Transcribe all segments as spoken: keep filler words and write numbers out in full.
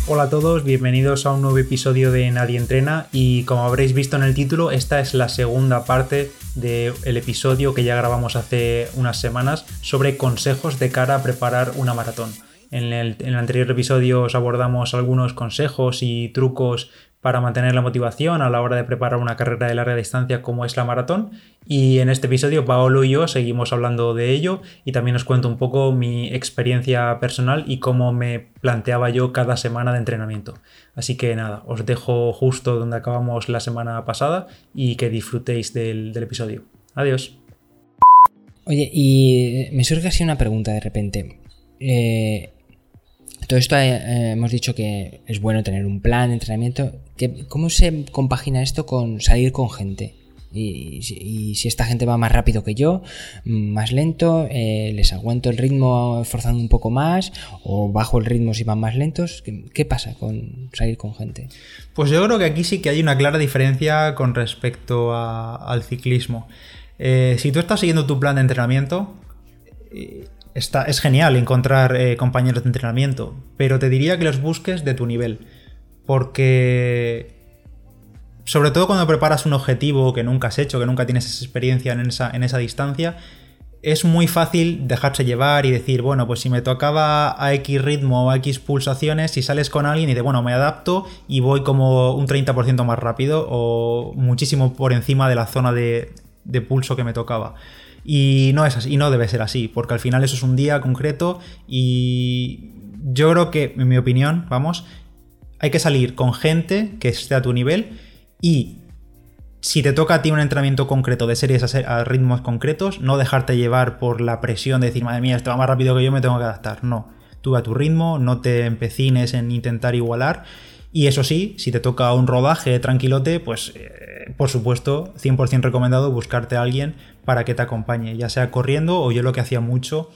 Hola a todos, bienvenidos a un nuevo episodio de Nadie Entrena y como habréis visto en el título, esta es la segunda parte del episodio que ya grabamos hace unas semanas sobre consejos de cara a preparar una maratón. En el, en el anterior episodio os abordamos algunos consejos y trucos para mantener la motivación a la hora de preparar una carrera de larga distancia como es la maratón, y en este episodio Paolo y yo seguimos hablando de ello y también os cuento un poco mi experiencia personal y cómo me planteaba yo cada semana de entrenamiento. Así que nada, os dejo justo donde acabamos la semana pasada y que disfrutéis del, del episodio. Adiós. Oye, y me surge así una pregunta de repente. Eh... Todo esto eh, hemos dicho que es bueno tener un plan de entrenamiento. ¿Qué, ¿Cómo se compagina esto con salir con gente? Y, y, y si esta gente va más rápido que yo, más lento, eh, les aguanto el ritmo esforzando un poco más o bajo el ritmo si van más lentos. ¿Qué, qué pasa con salir con gente? Pues yo creo que aquí sí que hay una clara diferencia con respecto a, al ciclismo. Eh, si tú estás siguiendo tu plan de entrenamiento... Eh, Está, es genial encontrar eh, compañeros de entrenamiento, pero te diría que los busques de tu nivel, porque sobre todo cuando preparas un objetivo que nunca has hecho, que nunca tienes esa experiencia en esa, en esa distancia, es muy fácil dejarse llevar y decir, bueno, pues si me tocaba a X ritmo o a X pulsaciones, si sales con alguien y dices, bueno, me adapto y voy como un treinta por ciento más rápido o muchísimo por encima de la zona de, de pulso que me tocaba. Y no es así, y no debe ser así, porque al final eso es un día concreto y yo creo que, en mi opinión, vamos, hay que salir con gente que esté a tu nivel y si te toca a ti un entrenamiento concreto de series a, ser, a ritmos concretos, no dejarte llevar por la presión de decir, madre mía, esto va más rápido que yo, me tengo que adaptar. No, tú a tu ritmo, no te empecines en intentar igualar. Y eso sí, si te toca un rodaje tranquilote, pues eh, por supuesto, cien por ciento recomendado buscarte a alguien para que te acompañe, ya sea corriendo o yo lo que hacía mucho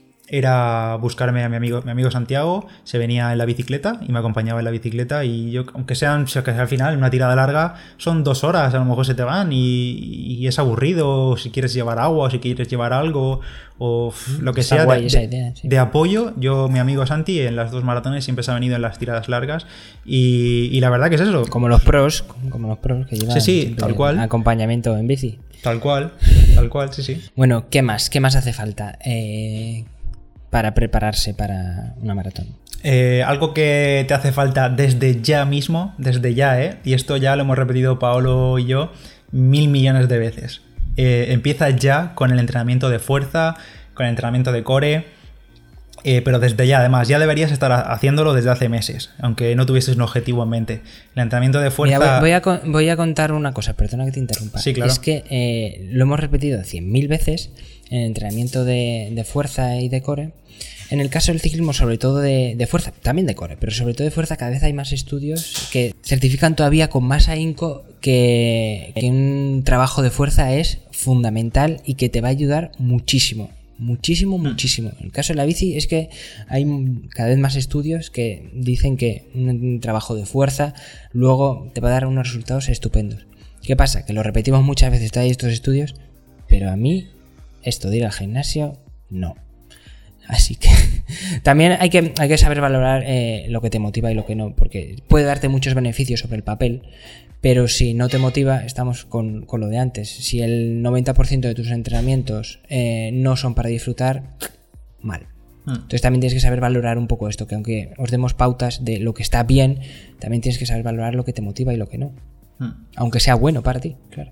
era buscarme a mi amigo, mi amigo Santiago, se venía en la bicicleta y me acompañaba en la bicicleta y yo, aunque sean, que sea al final una tirada larga, son dos horas, a lo mejor se te van y, y es aburrido, si quieres llevar agua o si quieres llevar algo o lo que Está sea guay de, esa de, idea, sí. de apoyo. Yo, mi amigo Santi, en las dos maratones siempre se ha venido en las tiradas largas y, y la verdad que es eso. Como los pros, como los pros que llevan sí, sí, tal cual. acompañamiento en bici. Tal cual, tal cual, sí, sí. Bueno, ¿qué más? ¿Qué más hace falta eh, para prepararse para una maratón? Eh, algo que te hace falta desde ya mismo, desde ya, ¿eh? Y esto ya lo hemos repetido Paolo y yo mil millones de veces. Eh, empieza ya con el entrenamiento de fuerza, con el entrenamiento de core, eh, pero desde ya, además, ya deberías estar haciéndolo desde hace meses, aunque no tuvieses un objetivo en mente. El entrenamiento de fuerza... Mira, voy, a, voy a contar una cosa, perdona que te interrumpa. Sí, claro. Es que eh, lo hemos repetido cien mil veces en el entrenamiento de, de fuerza y de core. En el caso del ciclismo, sobre todo de, de fuerza, también de core, pero sobre todo de fuerza, cada vez hay más estudios que certifican todavía con más ahínco que, que un trabajo de fuerza es fundamental y que te va a ayudar muchísimo. Muchísimo, muchísimo. En el caso de la bici es que hay cada vez más estudios que dicen que un trabajo de fuerza luego te va a dar unos resultados estupendos. ¿Qué pasa? Que lo repetimos muchas veces todos estos estudios, pero a mí esto de ir al gimnasio, no. Así que también hay que, hay que saber valorar eh, lo que te motiva y lo que no, porque puede darte muchos beneficios sobre el papel, pero si no te motiva, estamos con, con lo de antes. Si el noventa por ciento de tus entrenamientos eh, no son para disfrutar, mal. Mm. Entonces también tienes que saber valorar un poco esto, que aunque os demos pautas de lo que está bien, también tienes que saber valorar lo que te motiva y lo que no. Mm. Aunque sea bueno para ti, claro.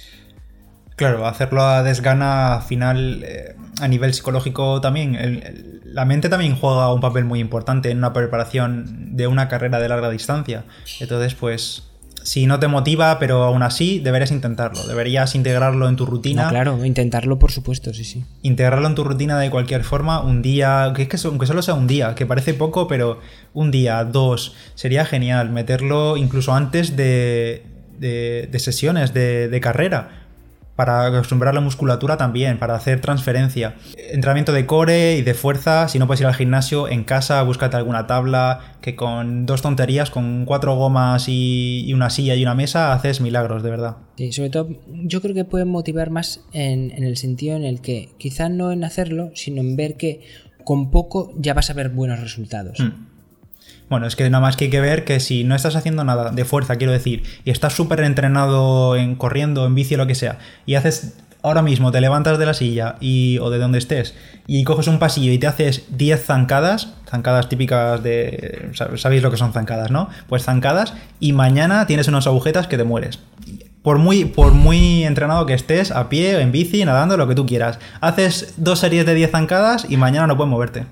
Claro, hacerlo a desgana al final, eh, a nivel psicológico también, el, el, la mente también juega un papel muy importante en una preparación de una carrera de larga distancia. Entonces, pues, si no te motiva, pero aún así deberías intentarlo, deberías integrarlo en tu rutina. No, claro, intentarlo por supuesto, sí, sí. Integrarlo en tu rutina de cualquier forma, un día, que es que aunque solo sea un día, que parece poco, pero un día, dos, sería genial meterlo incluso antes de, de, de sesiones de, de carrera. Para acostumbrar la musculatura también, para hacer transferencia. Entrenamiento de core y de fuerza, si no puedes ir al gimnasio, en casa, búscate alguna tabla, que con dos tonterías, con cuatro gomas y, y una silla y una mesa, haces milagros, de verdad. Sí, sobre todo, yo creo que pueden motivar más en, en el sentido en el que, quizás no en hacerlo, sino en ver que con poco ya vas a ver buenos resultados. Mm. Bueno, es que nada más que hay que ver que si no estás haciendo nada de fuerza, quiero decir, y estás súper entrenado en corriendo, en bici o lo que sea, y haces ahora mismo, te levantas de la silla y, o de donde estés y coges un pasillo y te haces diez zancadas, zancadas típicas de... ¿Sabéis lo que son zancadas, no? Pues zancadas, y mañana tienes unas agujetas que te mueres. Por muy, por muy entrenado que estés, a pie, en bici, nadando, lo que tú quieras. Haces dos series de diez zancadas y mañana no puedes moverte.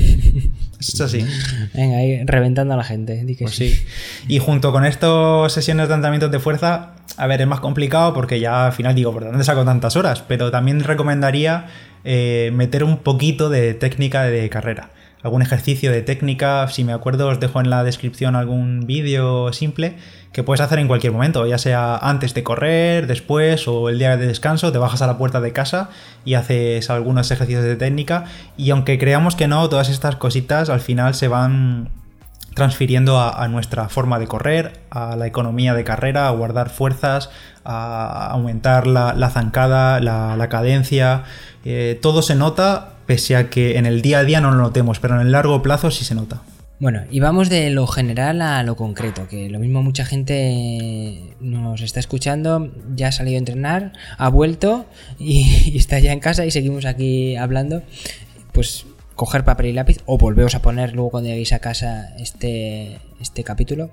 Es así. Venga, ahí reventando a la gente. Di que pues sí. sí. Y junto con estas sesiones de entrenamientos de fuerza, a ver, es más complicado porque ya al final digo, ¿por dónde saco tantas horas? Pero también recomendaría eh, meter un poquito de técnica de carrera. Algún ejercicio de técnica, si me acuerdo os dejo en la descripción algún vídeo simple que puedes hacer en cualquier momento, ya sea antes de correr, después o el día de descanso, te bajas a la puerta de casa y haces algunos ejercicios de técnica, y aunque creamos que no, todas estas cositas al final se van transfiriendo a, a nuestra forma de correr, a la economía de carrera, a guardar fuerzas, a aumentar la, la zancada, la, la cadencia, eh, todo se nota, pese a que en el día a día no lo notemos, pero en el largo plazo sí se nota. Bueno, y vamos de lo general a lo concreto, que lo mismo mucha gente nos está escuchando, ya ha salido a entrenar, ha vuelto y, y está ya en casa y seguimos aquí hablando. Pues coger papel y lápiz o volveos a poner luego cuando lleguéis a casa este, este capítulo,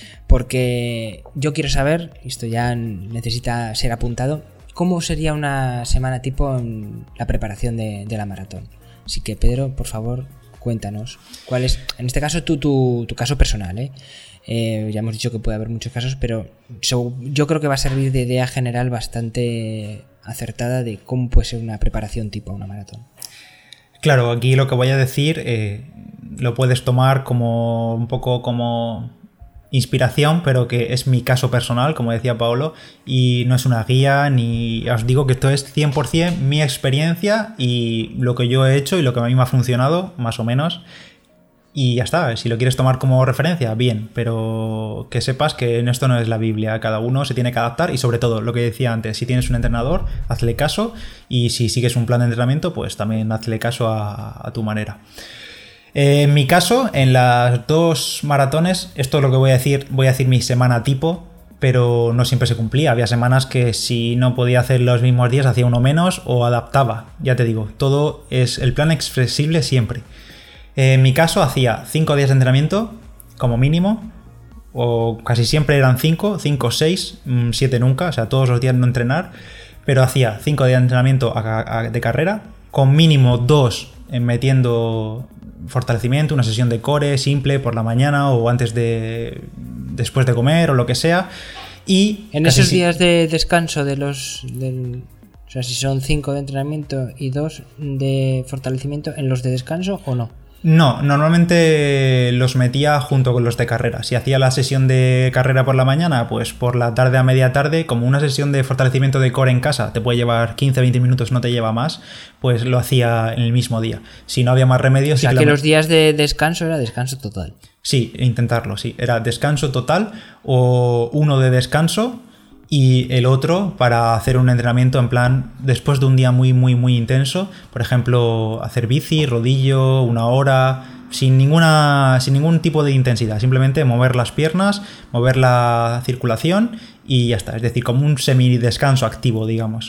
porque yo quiero saber, esto ya necesita ser apuntado, cómo sería una semana tipo en la preparación de, de la maratón. Así que Pedro, por favor, cuéntanos cuál es, en este caso, tu, tu, tu caso personal, ¿eh? Eh, ya hemos dicho que puede haber muchos casos, pero so, yo creo que va a servir de idea general bastante acertada de cómo puede ser una preparación tipo a una maratón. Claro, aquí lo que voy a decir eh, lo puedes tomar como un poco como inspiración, pero que es mi caso personal, como decía Paolo, y no es una guía, ni os digo que esto es cien por ciento mi experiencia y lo que yo he hecho y lo que a mí me ha funcionado, más o menos. Y ya está, si lo quieres tomar como referencia, bien, pero que sepas que en esto no es la Biblia, cada uno se tiene que adaptar y sobre todo, lo que decía antes, si tienes un entrenador, hazle caso, y si sigues un plan de entrenamiento, pues también hazle caso a, a tu manera. Eh, en mi caso, en las dos maratones, esto es lo que voy a decir, voy a decir mi semana tipo, pero no siempre se cumplía, había semanas que si no podía hacer los mismos días, hacía uno menos o adaptaba, ya te digo, todo es, el plan es flexible siempre. En mi caso hacía cinco días de entrenamiento como mínimo, o casi siempre eran cinco, cinco, seis, siete nunca, o sea, todos los días no entrenar, pero hacía cinco días de entrenamiento a, a, de carrera, con mínimo dos metiendo fortalecimiento, una sesión de core simple por la mañana o antes de, después de comer o lo que sea. Y en esos días de descanso de los... Del... O sea, si son cinco de entrenamiento y dos de fortalecimiento, ¿en los de descanso o no? No, normalmente los metía junto con los de carrera. Si hacía la sesión de carrera por la mañana, pues por la tarde a media tarde, como una sesión de fortalecimiento de core en casa te puede llevar quince a veinte minutos, no te lleva más, pues lo hacía en el mismo día. Si no había más remedio... O sea, sí que, que los días de descanso era descanso total. Sí, intentarlo, sí. Era descanso total o uno de descanso y el otro para hacer un entrenamiento en plan después de un día muy muy muy intenso, por ejemplo hacer bici, rodillo, una hora, sin ninguna sin ningún tipo de intensidad, simplemente mover las piernas, mover la circulación y ya está, es decir, como un semi descanso activo, digamos.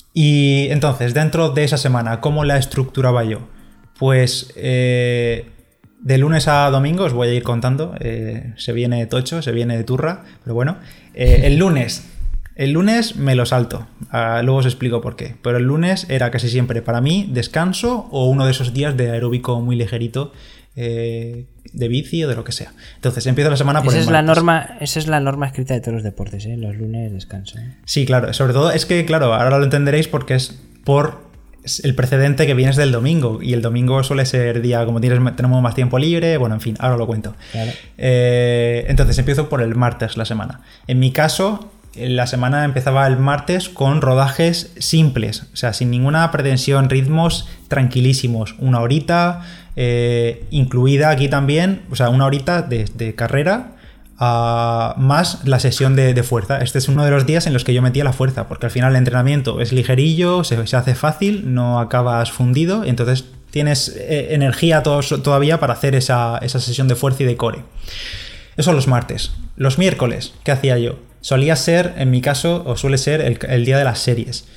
Y entonces dentro de esa semana, ¿cómo la estructuraba yo? Pues eh, de lunes a domingo os voy a ir contando, eh, se viene tocho, se viene de turra, pero bueno, eh, el lunes El lunes me lo salto, uh, luego os explico por qué, pero el lunes era casi siempre para mí descanso o uno de esos días de aeróbico muy ligerito, eh, de bici o de lo que sea. Entonces empiezo la semana por esa el es martes. la norma, esa es la norma escrita de todos los deportes, ¿eh? Los lunes descanso. ¿eh? Sí, claro, sobre todo es que, claro, ahora lo entenderéis porque es por el precedente que vienes del domingo y el domingo suele ser día, como tienes, tenemos más tiempo libre, bueno, en fin, ahora lo cuento. Claro. Eh, entonces empiezo por el martes la semana. En mi caso... La semana empezaba el martes con rodajes simples, o sea, sin ninguna pretensión, ritmos tranquilísimos, una horita, eh, incluida aquí también, o sea, una horita de, de carrera, uh, más la sesión de, de fuerza. Este es uno de los días en los que yo metía la fuerza, porque al final el entrenamiento es ligerillo, se, se hace fácil, no acabas fundido, entonces tienes eh, energía tos, todavía para hacer esa, esa sesión de fuerza y de core. Eso los martes. Los miércoles, ¿qué hacía yo? Solía ser, en mi caso, o suele ser el, el día de las series.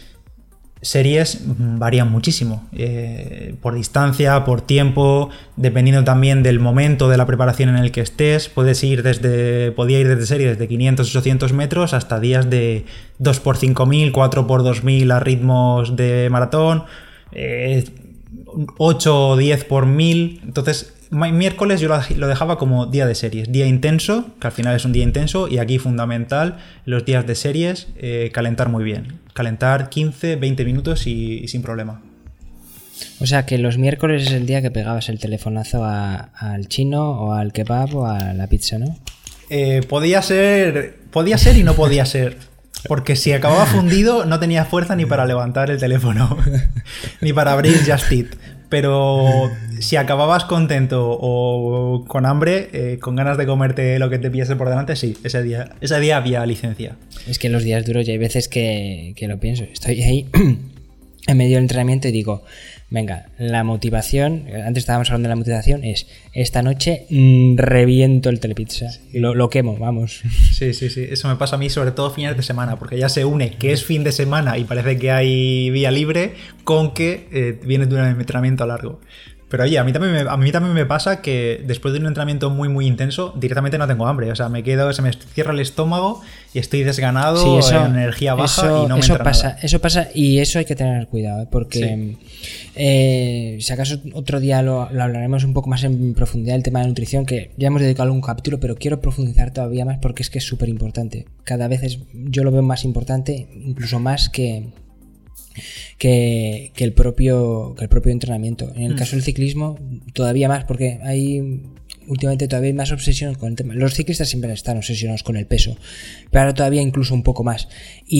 Series varían muchísimo, eh, por distancia, por tiempo, dependiendo también del momento de la preparación en el que estés. Puedes ir desde, podía ir desde series de quinientos, ochocientos metros hasta días de dos por cinco mil, cuatro por dos mil a ritmos de maratón, eh, ocho o diez por mil. Entonces, miércoles yo lo dejaba como día de series, día intenso, que al final es un día intenso, y aquí fundamental, los días de series, eh, calentar muy bien. Calentar quince, veinte minutos y, y sin problema. O sea que los miércoles es el día que pegabas el telefonazo a, al chino o al kebab o a la pizza, ¿no? Eh, podía ser, podía ser y no podía ser. Porque si acababa fundido no tenía fuerza ni para levantar el teléfono, ni para abrir Just Eat. Pero si acababas contento o con hambre, eh, con ganas de comerte lo que te pillase por delante, sí, ese día, ese día había licencia. Es que los días duros ya hay veces que, que lo pienso. Estoy ahí en medio del entrenamiento y digo, venga, la motivación, antes estábamos hablando de la motivación, es esta noche mmm, reviento el telepizza, sí. lo, lo quemo, vamos. Sí, sí, sí, eso me pasa a mí sobre todo fines de semana, porque ya se une que es fin de semana y parece que hay vía libre con que eh, viene de un entrenamiento largo. Pero oye, a mí, también me, a mí también me pasa que después de un entrenamiento muy muy intenso, directamente no tengo hambre. O sea, me quedo, se me cierra el estómago y estoy desganado, sí, eso, en energía baja eso, y no me eso entra pasa, nada. Eso pasa y eso hay que tener cuidado, ¿eh? Porque sí. eh, si acaso otro día lo, lo hablaremos un poco más en profundidad, el tema de la nutrición, que ya hemos dedicado algún capítulo, pero quiero profundizar todavía más porque es que es súper importante. Cada vez es, yo lo veo más importante, incluso más que... Que, que, el propio, que el propio entrenamiento. En el mm. caso del ciclismo, todavía más, porque hay últimamente todavía hay más obsesión con el tema. Los ciclistas siempre están obsesionados con el peso, pero ahora todavía incluso un poco más.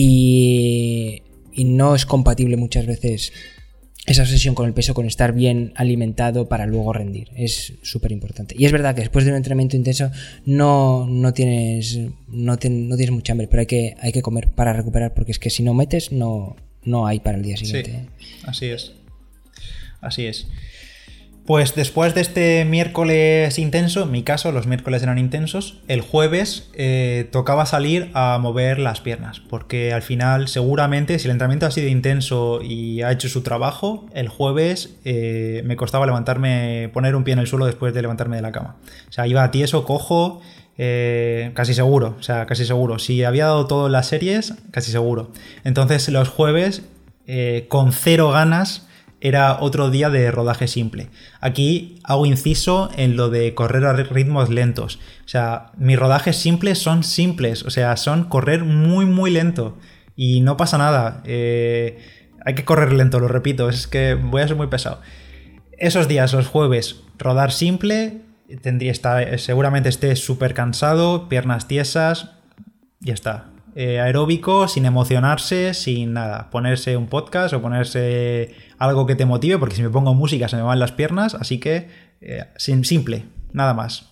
Y, y no es compatible muchas veces esa obsesión con el peso con estar bien alimentado para luego rendir. Es súper importante. Y es verdad que después de un entrenamiento intenso no, no, tienes, no, ten, no tienes mucha hambre, pero hay que, hay que comer para recuperar, porque es que si no metes, no... No hay para el día siguiente. Sí, así es. Así es. Pues después de este miércoles intenso, en mi caso los miércoles eran intensos, el jueves eh, tocaba salir a mover las piernas, porque al final seguramente si el entrenamiento ha sido intenso y ha hecho su trabajo, el jueves eh, me costaba levantarme, poner un pie en el suelo después de levantarme de la cama. O sea, iba tieso, cojo... Eh, casi seguro, o sea, casi seguro. Si había dado todo en las series, casi seguro. Entonces los jueves, eh, con cero ganas, era otro día de rodaje simple. Aquí hago inciso en lo de correr a ritmos lentos. O sea, mis rodajes simples son simples, o sea, son correr muy, muy lento. Y no pasa nada. Eh, hay que correr lento, lo repito, es que voy a ser muy pesado. Esos días, los jueves, rodar simple... Tendría estar, seguramente esté súper cansado, piernas tiesas, ya está. Eh, aeróbico, sin emocionarse, sin nada. Ponerse un podcast o ponerse algo que te motive, porque si me pongo música se me van las piernas, así que eh, sin, simple, nada más.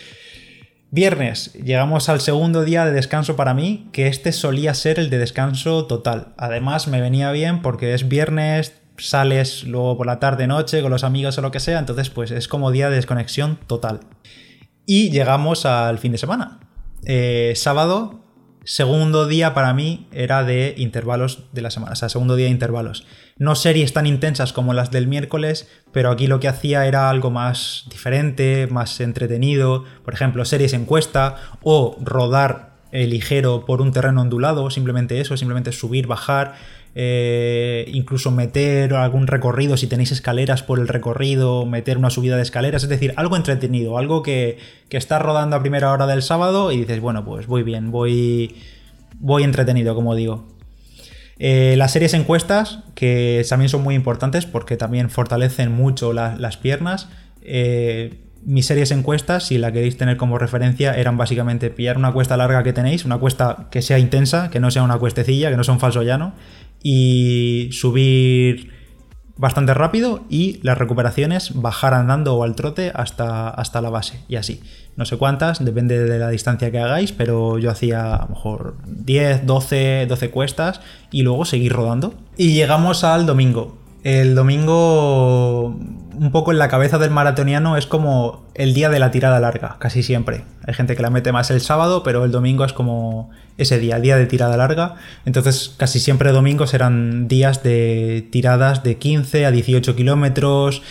Viernes, llegamos al segundo día de descanso para mí, que este solía ser el de descanso total. Además me venía bien porque es viernes... Sales luego por la tarde, noche, con los amigos o lo que sea, entonces pues es como día de desconexión total. Y llegamos al fin de semana. Eh, sábado, segundo día para mí era de intervalos de la semana, o sea, segundo día de intervalos. No series tan intensas como las del miércoles, pero aquí lo que hacía era algo más diferente, más entretenido. Por ejemplo, series encuesta o rodar eh, ligero por un terreno ondulado, simplemente eso, simplemente subir, bajar... Eh, incluso meter algún recorrido, si tenéis escaleras por el recorrido, meter una subida de escaleras, es decir, algo entretenido, algo que, que estás rodando a primera hora del sábado y dices, bueno, pues voy bien, voy, voy entretenido, como digo. Eh, las series encuestas, que también son muy importantes porque también fortalecen mucho la, las piernas. Eh, mis series encuestas, si la queréis tener como referencia, eran básicamente pillar una cuesta larga que tenéis, una cuesta que sea intensa, que no sea una cuestecilla, que no sea un falso llano, y subir bastante rápido y las recuperaciones bajar andando o al trote hasta, hasta la base y así. No sé cuántas, depende de la distancia que hagáis, pero yo hacía a lo mejor diez, doce, doce cuestas y luego seguir rodando. Y llegamos al domingo. El domingo un poco en la cabeza del maratoniano es como el día de la tirada larga, casi siempre. Hay gente que la mete más el sábado, pero el domingo es como ese día, el día de tirada larga. Entonces casi siempre domingos eran días de tiradas de quince a dieciocho kilómetros.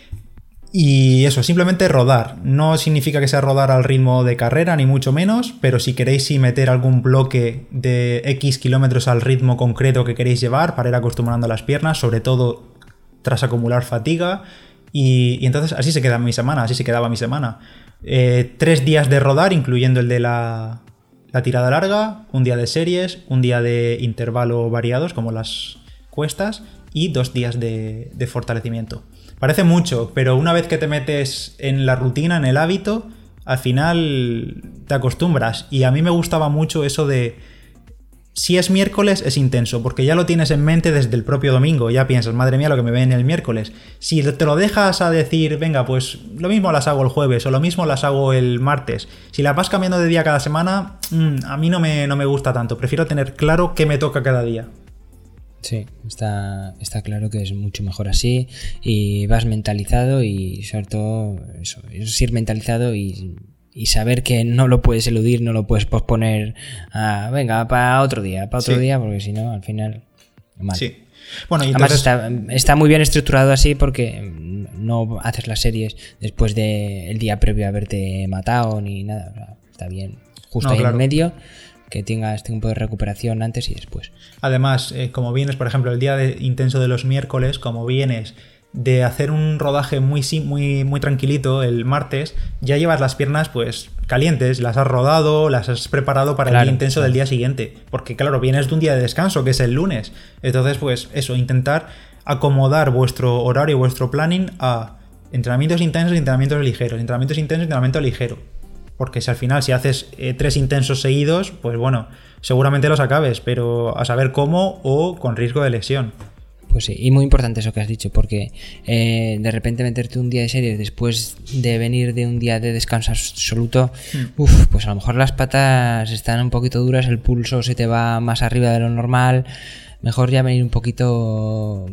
Y eso, simplemente rodar. No significa que sea rodar al ritmo de carrera, ni mucho menos, pero si queréis sí meter algún bloque de X kilómetros al ritmo concreto que queréis llevar para ir acostumbrando las piernas, sobre todo tras acumular fatiga. Y, y entonces así se queda mi semana, así se quedaba mi semana. Eh, tres días de rodar, incluyendo el de la, la tirada larga, un día de series, un día de intervalo variados, como las cuestas, y dos días de, de fortalecimiento. Parece mucho, pero una vez que te metes en la rutina, en el hábito, al final te acostumbras. Y a mí me gustaba mucho eso de... Si es miércoles es intenso, porque ya lo tienes en mente desde el propio domingo. Ya piensas, madre mía, lo que me ven el miércoles. Si te lo dejas a decir, venga, pues lo mismo las hago el jueves o lo mismo las hago el martes. Si la vas cambiando de día cada semana, mmm, a mí no me, no me gusta tanto. Prefiero tener claro qué me toca cada día. Sí, está, está claro que es mucho mejor así y vas mentalizado y sobre todo eso, es ir mentalizado y, y saber que no lo puedes eludir, no lo puedes posponer a, venga, para otro día, para otro sí. día, porque si no, al final, mal. Sí. Bueno, y entonces... Además está, está muy bien estructurado así porque no haces las series después del día previo a haberte matado ni nada, o sea, está bien, justo no, ahí claro. en medio. Que tengas tiempo de recuperación antes y después. Además, eh, como vienes, por ejemplo, el día de, intenso de los miércoles, como vienes de hacer un rodaje muy, muy, muy tranquilito el martes, ya llevas las piernas pues calientes, las has rodado, las has preparado para claro, el día intenso claro. del día siguiente. Porque claro, vienes de un día de descanso, que es el lunes. Entonces, pues eso, intentar acomodar vuestro horario, vuestro planning a entrenamientos intensos y entrenamientos ligeros, entrenamientos intensos y entrenamiento ligero. Porque si al final, si haces eh, tres intensos seguidos, pues bueno, seguramente los acabes, pero a saber cómo o con riesgo de lesión. Pues sí, y muy importante eso que has dicho, porque eh, de repente meterte un día de series después de venir de un día de descanso absoluto, mm. uff, pues a lo mejor las patas están un poquito duras, el pulso se te va más arriba de lo normal, mejor ya venir un poquito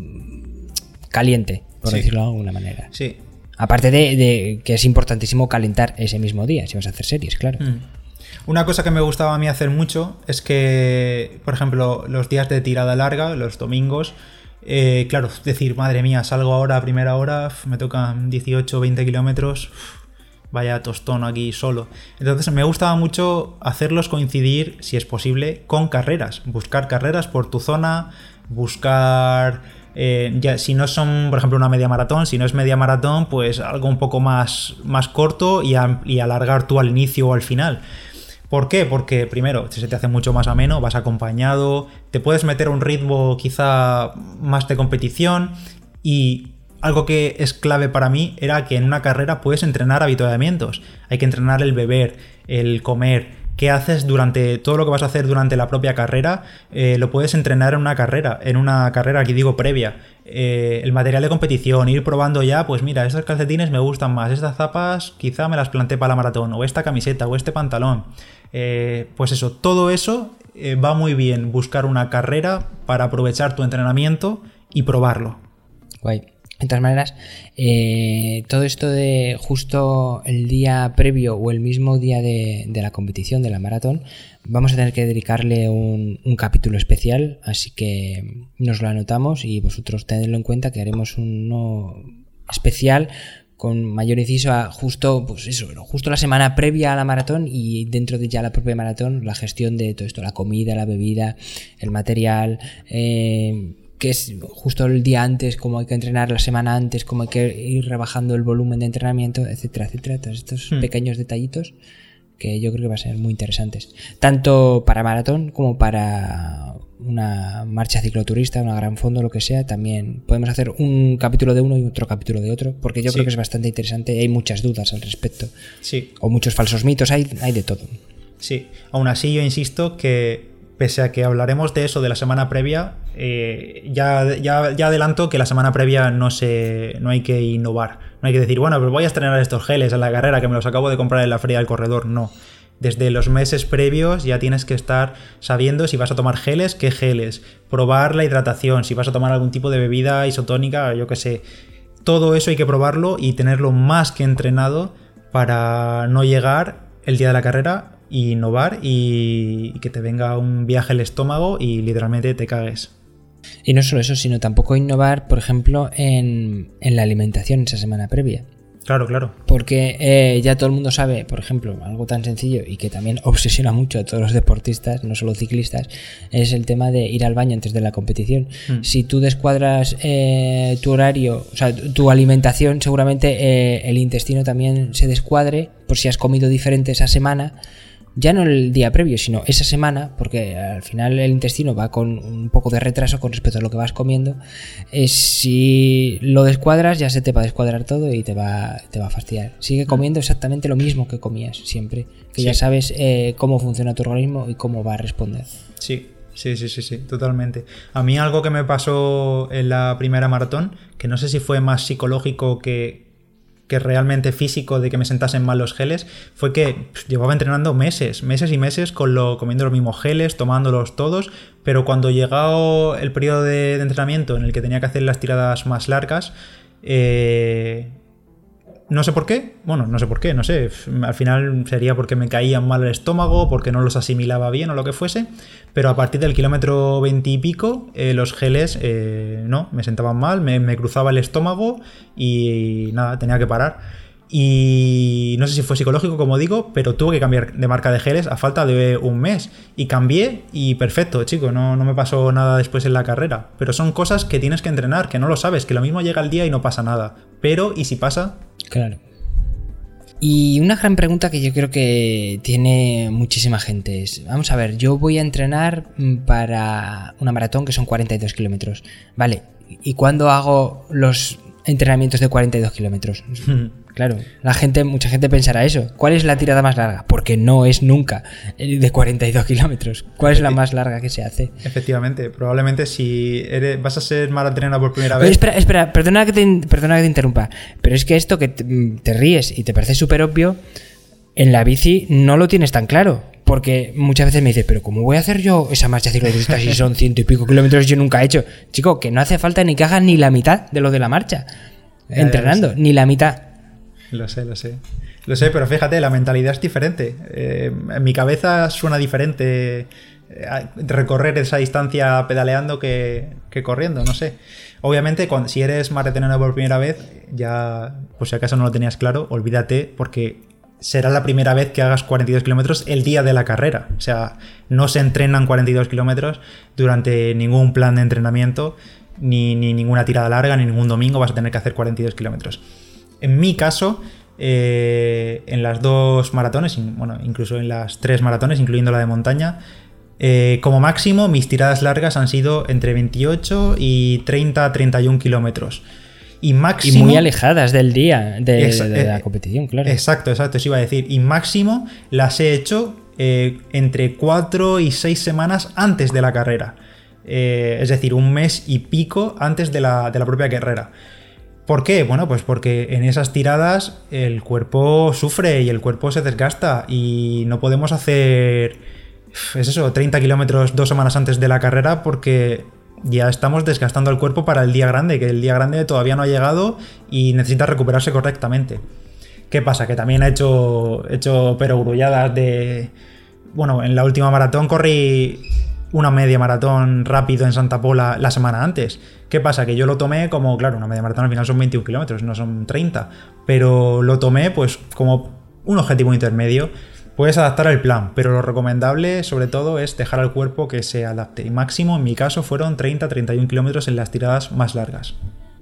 caliente, por sí. decirlo de alguna manera. Sí. Aparte de, de que es importantísimo calentar ese mismo día, si vas a hacer series, claro. Mm. Una cosa que me gustaba a mí hacer mucho es que, por ejemplo, los días de tirada larga, los domingos, eh, claro, decir, madre mía, salgo ahora a primera hora, me tocan dieciocho o veinte kilómetros, vaya tostón aquí solo. Entonces me gustaba mucho hacerlos coincidir, si es posible, con carreras. Buscar carreras por tu zona, buscar... Eh, ya, si no son, por ejemplo, una media maratón, si no es media maratón, pues algo un poco más, más corto y, a, y alargar tú al inicio o al final. ¿Por qué? Porque primero se te hace mucho más ameno, vas acompañado, te puedes meter a un ritmo quizá más de competición y algo que es clave para mí era que en una carrera puedes entrenar habituamientos. Hay que entrenar el beber, el comer. ¿Qué haces durante todo lo que vas a hacer durante la propia carrera? Eh, lo puedes entrenar en una carrera, en una carrera, aquí digo previa. Eh, el material de competición, ir probando ya, pues mira, estos calcetines me gustan más, estas zapas quizá me las planté para la maratón, o esta camiseta, o este pantalón. Eh, pues eso, todo eso eh, va muy bien buscar una carrera para aprovechar tu entrenamiento y probarlo. Guay. De todas maneras, eh, todo esto de justo el día previo o el mismo día de, de la competición, de la maratón, vamos a tener que dedicarle un, un capítulo especial, así que nos lo anotamos y vosotros tenedlo en cuenta que haremos uno especial con mayor inciso a justo, pues eso, justo la semana previa a la maratón y dentro de ya la propia maratón, la gestión de todo esto, la comida, la bebida, el material... Eh, que es justo el día antes, cómo hay que entrenar la semana antes, cómo hay que ir rebajando el volumen de entrenamiento, etcétera, etcétera. Todos estos hmm. pequeños detallitos que yo creo que van a ser muy interesantes. Tanto para maratón como para una marcha cicloturista, una gran fondo, lo que sea. También podemos hacer un capítulo de uno y otro capítulo de otro, porque yo sí. creo que es bastante interesante y hay muchas dudas al respecto. Sí. O muchos falsos mitos, hay, hay de todo. Sí, aún así yo insisto que pese a que hablaremos de eso de la semana previa, eh, ya, ya, ya adelanto que la semana previa no, se, no hay que innovar. No hay que decir, bueno, pues voy a estrenar estos geles en la carrera que me los acabo de comprar en la feria del corredor. No. Desde los meses previos ya tienes que estar sabiendo si vas a tomar geles, qué geles, probar la hidratación, si vas a tomar algún tipo de bebida isotónica, yo qué sé. todo eso hay que probarlo y tenerlo más que entrenado para no llegar el día de la carrera y innovar y que te venga un viaje al estómago y literalmente te cagues. Y no solo eso, sino tampoco innovar, por ejemplo, en, en la alimentación esa semana previa. Claro, claro. Porque eh, ya todo el mundo sabe, por ejemplo, algo tan sencillo y que también obsesiona mucho a todos los deportistas, no solo ciclistas, es el tema de ir al baño antes de la competición. Mm. Si tú descuadras eh, tu horario, o sea, tu alimentación, seguramente eh, el intestino también se descuadre por si has comido diferente esa semana. Ya no el día previo, sino esa semana, porque al final el intestino va con un poco de retraso con respecto a lo que vas comiendo. Eh, si lo descuadras, ya se te va a descuadrar todo y te va, te va a fastidiar. Sigue comiendo exactamente lo mismo que comías siempre, que sí. Ya sabes eh, cómo funciona tu organismo y cómo va a responder. Sí, sí, sí, sí, sí, totalmente. A mí algo que me pasó en la primera maratón, que no sé si fue más psicológico que... que realmente físico de que me sentasen mal los geles, fue que pff, llevaba entrenando meses, meses y meses con lo, comiendo los mismos geles, tomándolos todos, pero cuando llegó el periodo de, de entrenamiento en el que tenía que hacer las tiradas más largas, eh, no sé por qué, bueno, no sé por qué, no sé, al final sería porque me caían mal el estómago, porque no los asimilaba bien o lo que fuese, pero a partir del kilómetro veinte y pico, eh, los geles, eh, no, me sentaban mal, me, me cruzaba el estómago y nada, tenía que parar. Y no sé si fue psicológico, como digo, pero tuve que cambiar de marca de geles a falta de un mes. Y cambié y perfecto, chico, no, no me pasó nada después en la carrera. Pero son cosas que tienes que entrenar, que no lo sabes, que lo mismo llega el día y no pasa nada. Pero, ¿y si pasa? Claro. Y una gran pregunta que yo creo que tiene muchísima gente es, vamos a ver, yo voy a entrenar para una maratón que son cuarenta y dos kilómetros. Vale, ¿y cuándo hago los entrenamientos de cuarenta y dos kilómetros? Claro, la gente, mucha gente pensará eso. ¿Cuál es la tirada más larga? Porque no es nunca de cuarenta y dos kilómetros. ¿Cuál es la más larga que se hace? Efectivamente, probablemente si eres, vas a ser maratonera por primera vez... Oye, espera, espera, perdona que, te, perdona que te interrumpa, pero es que esto que te, te ríes y te parece súper obvio, en la bici no lo tienes tan claro. Porque muchas veces me dices, pero ¿cómo voy a hacer yo esa marcha ciclista si son ciento y pico kilómetros yo nunca he hecho? Chico, que no hace falta ni que hagas ni la mitad de lo de la marcha. Ya, entrenando, ya ni la mitad. Lo sé, lo sé. Lo sé, pero fíjate, la mentalidad es diferente. Eh, en mi cabeza suena diferente eh, recorrer esa distancia pedaleando que, que corriendo, no sé. Obviamente, cuando, si eres maratonero por primera vez, ya, por si acaso no lo tenías claro, olvídate, porque será la primera vez que hagas cuarenta y dos kilómetros el día de la carrera. O sea, no se entrenan cuarenta y dos kilómetros durante ningún plan de entrenamiento, ni, ni ninguna tirada larga, ni ningún domingo vas a tener que hacer cuarenta y dos kilómetros. En mi caso, eh, en las dos maratones, bueno, incluso en las tres maratones, incluyendo la de montaña, eh, como máximo mis tiradas largas han sido entre veintiocho y treinta a treinta y un kilómetros. Y máximo... Y muy alejadas del día de, ex- de, de la competición, claro. Exacto, exacto, eso iba a decir. Y máximo las he hecho eh, entre cuatro y seis semanas antes de la carrera. Eh, es decir, un mes y pico antes de la, de la propia carrera. ¿Por qué? Bueno, pues porque en esas tiradas el cuerpo sufre y el cuerpo se desgasta y no podemos hacer, es eso, treinta kilómetros dos semanas antes de la carrera porque ya estamos desgastando el cuerpo para el día grande, que el día grande todavía no ha llegado y necesita recuperarse correctamente. ¿Qué pasa? Que también he hecho, he hecho perogrulladas de... Bueno, en la última maratón corrí una media maratón rápido en Santa Pola la semana antes. ¿Qué pasa? Que yo lo tomé como, claro, una media maratón al final son veintiún kilómetros, no son treinta, pero lo tomé pues como un objetivo intermedio. Puedes adaptar el plan, pero lo recomendable sobre todo es dejar al cuerpo que se adapte. Y máximo en mi caso fueron treinta a treinta y un kilómetros en las tiradas más largas.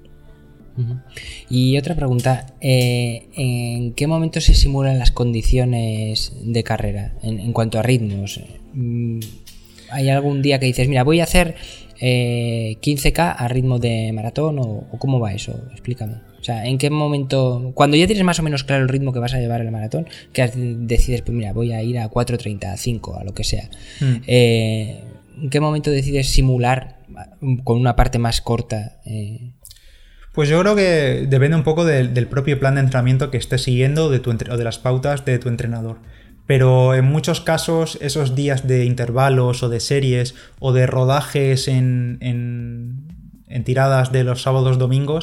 Y otra pregunta, eh, ¿en qué momento se simulan las condiciones de carrera en, en cuanto a ritmos? ¿Hay algún día que dices, mira, voy a hacer eh, quince K a ritmo de maratón o, o cómo va eso? Explícame. O sea, ¿en qué momento, cuando ya tienes más o menos claro el ritmo que vas a llevar en el maratón, que decides, pues mira, voy a ir a cuatro treinta, a cinco, a lo que sea? Mm. Eh, ¿En qué momento decides simular con una parte más corta? Eh... Pues yo creo que depende un poco del, del propio plan de entrenamiento que estés siguiendo de tu, o de las pautas de tu entrenador. Pero en muchos casos esos días de intervalos o de series o de rodajes en, en, en tiradas de los sábados domingos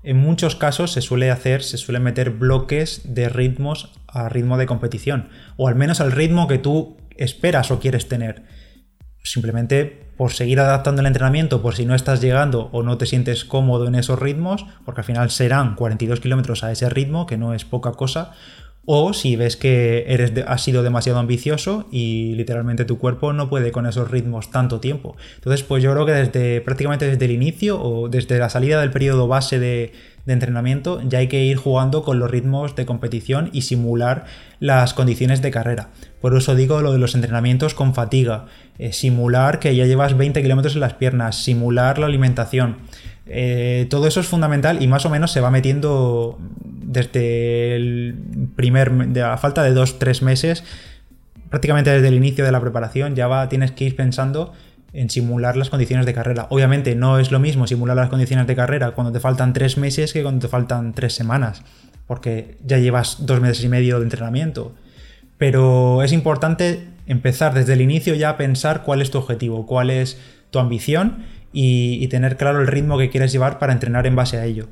en muchos casos se suele hacer, se suele meter bloques de ritmos a ritmo de competición, o al menos al ritmo que tú esperas o quieres tener. Simplemente por seguir adaptando el entrenamiento, por si no estás llegando o no te sientes cómodo en esos ritmos, porque al final serán cuarenta y dos kilómetros a ese ritmo, que no es poca cosa, o si ves que eres de, has sido demasiado ambicioso y literalmente tu cuerpo no puede con esos ritmos tanto tiempo. Entonces, pues yo creo que desde prácticamente desde el inicio o desde la salida del periodo base de, de entrenamiento ya hay que ir jugando con los ritmos de competición y simular las condiciones de carrera. Por eso digo lo de los entrenamientos con fatiga, eh, simular que ya llevas veinte kilómetros en las piernas, simular la alimentación. Eh, todo eso es fundamental y más o menos se va metiendo desde el primer, de a falta de dos tres meses, prácticamente desde el inicio de la preparación ya va, tienes que ir pensando en simular las condiciones de carrera. Obviamente no es lo mismo simular las condiciones de carrera cuando te faltan tres meses que cuando te faltan tres semanas, porque ya llevas dos meses y medio de entrenamiento. Pero es importante empezar desde el inicio ya a pensar cuál es tu objetivo, cuál es tu ambición y, y tener claro el ritmo que quieres llevar para entrenar en base a ello.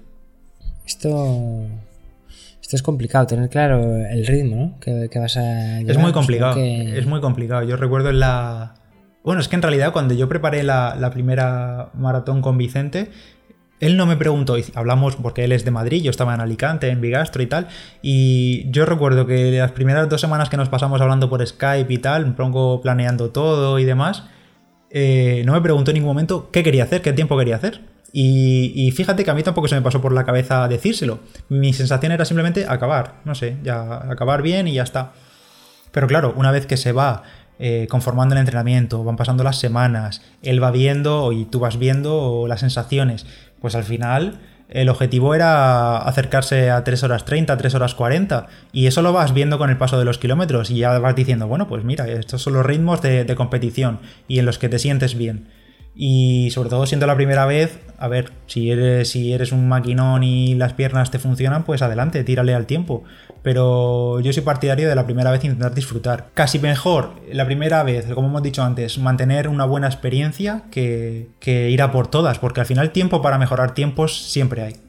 Esto, esto es complicado, tener claro el ritmo, ¿no? que, que vas a llevar. Es muy complicado, que... es muy complicado. Yo recuerdo en la... Bueno, es que en realidad cuando yo preparé la, la primera maratón con Vicente, él no me preguntó, y hablamos porque él es de Madrid, yo estaba en Alicante, en Bigastro y tal, y yo recuerdo que las primeras dos semanas que nos pasamos hablando por Skype y tal, un poco planeando todo y demás, eh, no me preguntó en ningún momento qué quería hacer, qué tiempo quería hacer. Y, y fíjate que a mí tampoco se me pasó por la cabeza decírselo. Mi sensación era simplemente acabar, no sé, ya acabar bien y ya está. Pero claro, una vez que se va eh, conformando el entrenamiento, van pasando las semanas, él va viendo y tú vas viendo las sensaciones, pues al final el objetivo era acercarse a tres horas treinta, tres horas cuarenta, y eso lo vas viendo con el paso de los kilómetros y ya vas diciendo, bueno, pues mira, estos son los ritmos de, de competición y en los que te sientes bien. Y sobre todo siendo la primera vez, a ver, si eres, si eres un maquinón y las piernas te funcionan, pues adelante, tírale al tiempo. Pero yo soy partidario de la primera vez intentar disfrutar. Casi mejor la primera vez, como hemos dicho antes, mantener una buena experiencia que, que ir a por todas, porque al final tiempo para mejorar tiempos siempre hay.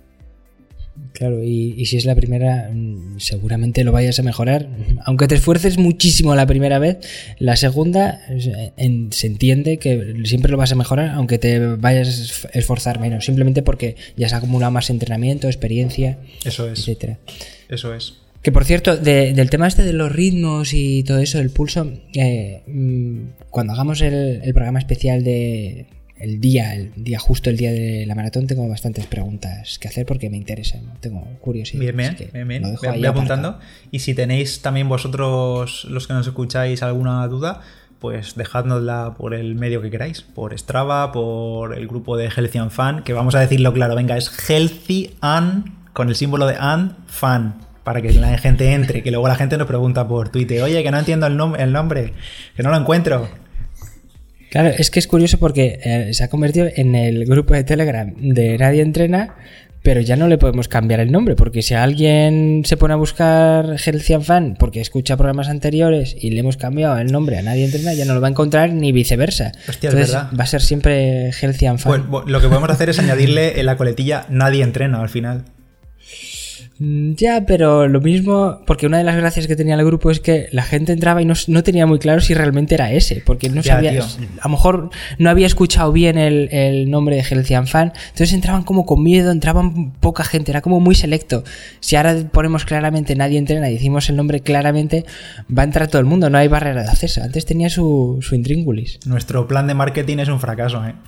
Claro, y, y si es la primera, seguramente lo vayas a mejorar. Aunque te esfuerces muchísimo la primera vez, la segunda en, se entiende que siempre lo vas a mejorar, aunque te vayas a esforzar menos, simplemente porque ya has acumulado más entrenamiento, experiencia, eso es, etcétera. Eso es. Que por cierto, de, del tema este de los ritmos y todo eso, el pulso, eh, cuando hagamos el, el programa especial de... El día, el día justo el día de la maratón, tengo bastantes preguntas que hacer porque me interesan, tengo curiosidad. Bien, bien, bien, bien. Voy, voy apuntando. Aparcado. Y si tenéis también vosotros, los que nos escucháis, alguna duda, pues dejádnosla por el medio que queráis, por Strava, por el grupo de Healthy and Fan, que vamos a decirlo claro, venga, es Healthy and, con el símbolo de and, fan, para que la gente entre, que luego la gente nos pregunta por Twitter, oye, que no entiendo el, nom- el nombre, que no lo encuentro. Claro, es que es curioso porque eh, se ha convertido en el grupo de Telegram de Nadie Entrena, pero ya no le podemos cambiar el nombre, porque si alguien se pone a buscar Healthy and Fan porque escucha programas anteriores y le hemos cambiado el nombre a Nadie Entrena, ya no lo va a encontrar ni viceversa. Hostia, entonces es verdad. Va a ser siempre Healthy and Fan. Bueno, lo que podemos hacer es añadirle en la coletilla Nadie Entrena al final. Ya, pero lo mismo, porque una de las gracias que tenía el grupo es que la gente entraba y no, no tenía muy claro si realmente era ese, porque no ya, sabía, tío. a lo mejor no había escuchado bien el, el nombre de Healthy and Fan, entonces entraban como con miedo, entraban poca gente, era como muy selecto. Si ahora ponemos claramente Nadie Entrena y decimos el nombre claramente, va a entrar todo el mundo, no hay barrera de acceso. Antes tenía su, su intríngulis. Nuestro plan de marketing es un fracaso, ¿eh?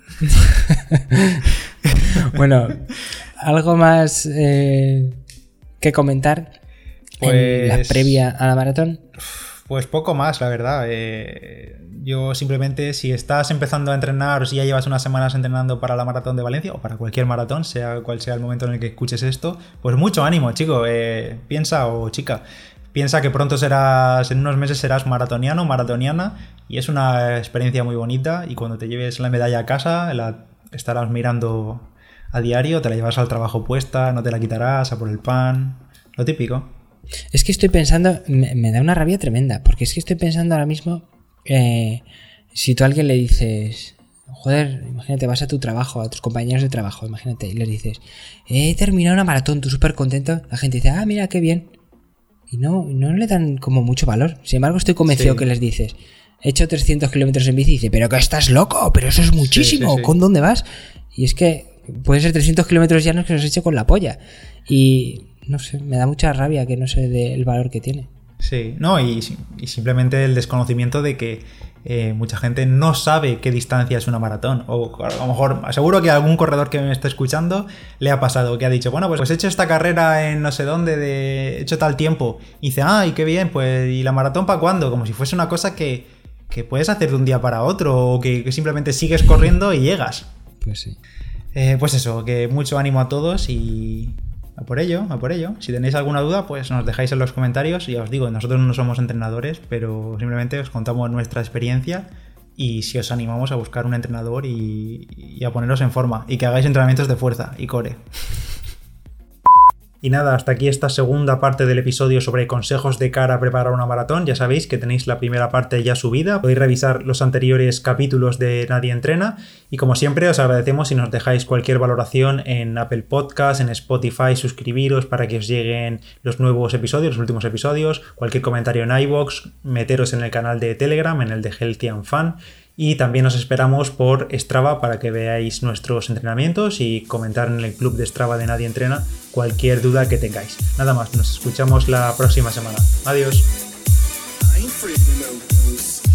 Bueno, algo más eh, que comentar pues, en la previa a la maratón. Pues poco más, la verdad. Eh, yo simplemente, si estás empezando a entrenar o si ya llevas unas semanas entrenando para la maratón de Valencia o para cualquier maratón, sea cual sea el momento en el que escuches esto, pues mucho ánimo, chico. Eh, piensa o chica, piensa que pronto serás, en unos meses serás maratoniano, maratoniana, y es una experiencia muy bonita. Y cuando te lleves la medalla a casa, la estarás mirando a diario, te la llevas al trabajo puesta, no te la quitarás, a por el pan, lo típico. Es que estoy pensando, me, me da una rabia tremenda, porque es que estoy pensando ahora mismo, eh, si tú a alguien le dices, Joder, imagínate, vas a tu trabajo, a tus compañeros de trabajo, imagínate, y les dices, he terminado una maratón, tú súper contento. La gente dice, ah, mira, qué bien. Y no, no le dan como mucho valor. Sin embargo, estoy convencido sí. que les dices, he hecho trescientos kilómetros en bici, y dice, pero que estás loco, pero eso es muchísimo, sí, sí, sí. ¿Con dónde vas? Y es que puede ser trescientos kilómetros llanos que los he hecho con la polla. Y no sé, me da mucha rabia que no se dé el valor que tiene. Sí, no, y, y simplemente el desconocimiento de que eh, mucha gente no sabe qué distancia es una maratón. O a lo mejor, seguro que a algún corredor que me está escuchando le ha pasado, que ha dicho, bueno, pues, pues he hecho esta carrera en no sé dónde, de, he hecho tal tiempo. Y dice, ay, qué bien, pues ¿y la maratón para cuándo? Como si fuese una cosa que, que puedes hacer de un día para otro, o que, que simplemente sigues corriendo y llegas. Pues sí. Eh, pues eso, que mucho ánimo a todos y... A por ello, a por ello. Si tenéis alguna duda, pues nos dejáis en los comentarios. Ya os digo, nosotros no somos entrenadores, pero simplemente os contamos nuestra experiencia y si os animamos a buscar un entrenador y, y a poneros en forma y que hagáis entrenamientos de fuerza y core. Y nada, hasta aquí esta segunda parte del episodio sobre consejos de cara a preparar una maratón. Ya sabéis que tenéis la primera parte ya subida, podéis revisar los anteriores capítulos de Nadie Entrena y como siempre os agradecemos si nos dejáis cualquier valoración en Apple Podcast, en Spotify, suscribiros para que os lleguen los nuevos episodios, los últimos episodios, cualquier comentario en iVoox, meteros en el canal de Telegram, en el de Healthy and Fun. Y también os esperamos por Strava para que veáis nuestros entrenamientos y comentar en el club de Strava de Nadie Entrena cualquier duda que tengáis. Nada más, nos escuchamos la próxima semana. Adiós.